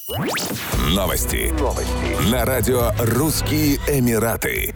Новости. На радио «Русские Эмираты».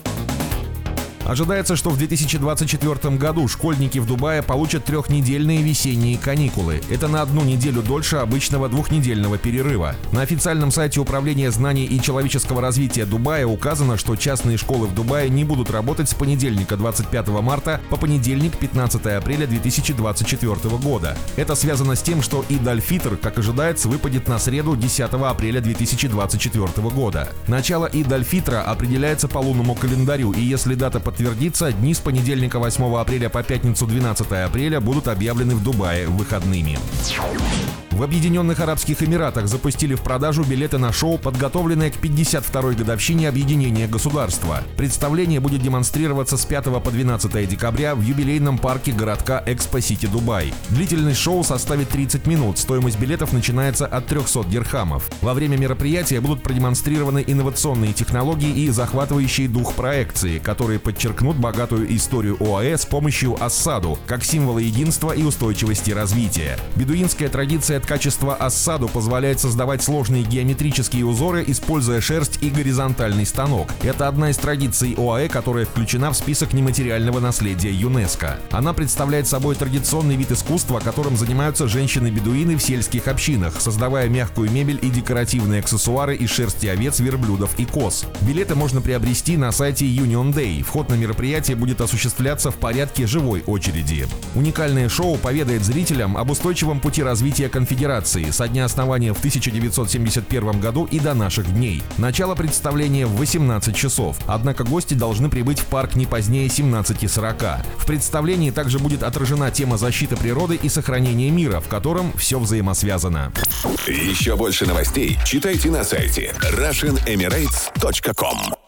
Ожидается, что в 2024 году школьники в Дубае получат трехнедельные весенние каникулы. Это на одну неделю дольше обычного двухнедельного перерыва. На официальном сайте Управления знаний и человеческого развития Дубая указано, что частные школы в Дубае не будут работать с понедельника 25 марта по понедельник 15 апреля 2024 года. Это связано с тем, что Ид-аль-Фитр, как ожидается, выпадет на среду 10 апреля 2024 года. Начало Ид-аль-Фитра определяется по лунному календарю, и если дата подтвердится, дни с понедельника 8 апреля по пятницу 12 апреля будут объявлены в Дубае выходными. В Объединенных Арабских Эмиратах запустили в продажу билеты на шоу, подготовленное к 52-й годовщине объединения государства. Представление будет демонстрироваться с 5 по 12 декабря в юбилейном парке городка Экспо-Сити Дубай. Длительность шоу составит 30 минут, стоимость билетов начинается от 300 дирхамов. Во время мероприятия будут продемонстрированы инновационные технологии и захватывающий дух проекции, которые подчеркнут богатую историю ОАЭ с помощью ассаду, как символа единства и устойчивости развития. Бедуинская традиция качества ассаду позволяет создавать сложные геометрические узоры, используя шерсть и горизонтальный станок. Это одна из традиций ОАЭ, которая включена в список нематериального наследия ЮНЕСКО. Она представляет собой традиционный вид искусства, которым занимаются женщины-бедуины в сельских общинах, создавая мягкую мебель и декоративные аксессуары из шерсти овец, верблюдов и коз. Билеты можно приобрести на сайте Union Day. Вход на мероприятие будет осуществляться в порядке живой очереди. Уникальное шоу поведает зрителям об устойчивом пути развития конфедерации со дня основания в 1971 году и до наших дней. Начало представления в 18 часов, однако гости должны прибыть в парк не позднее 17:40. В представлении также будет отражена тема защиты природы и сохранения мира, в котором все взаимосвязано. Еще больше новостей читайте на сайте RussianEmirates.com.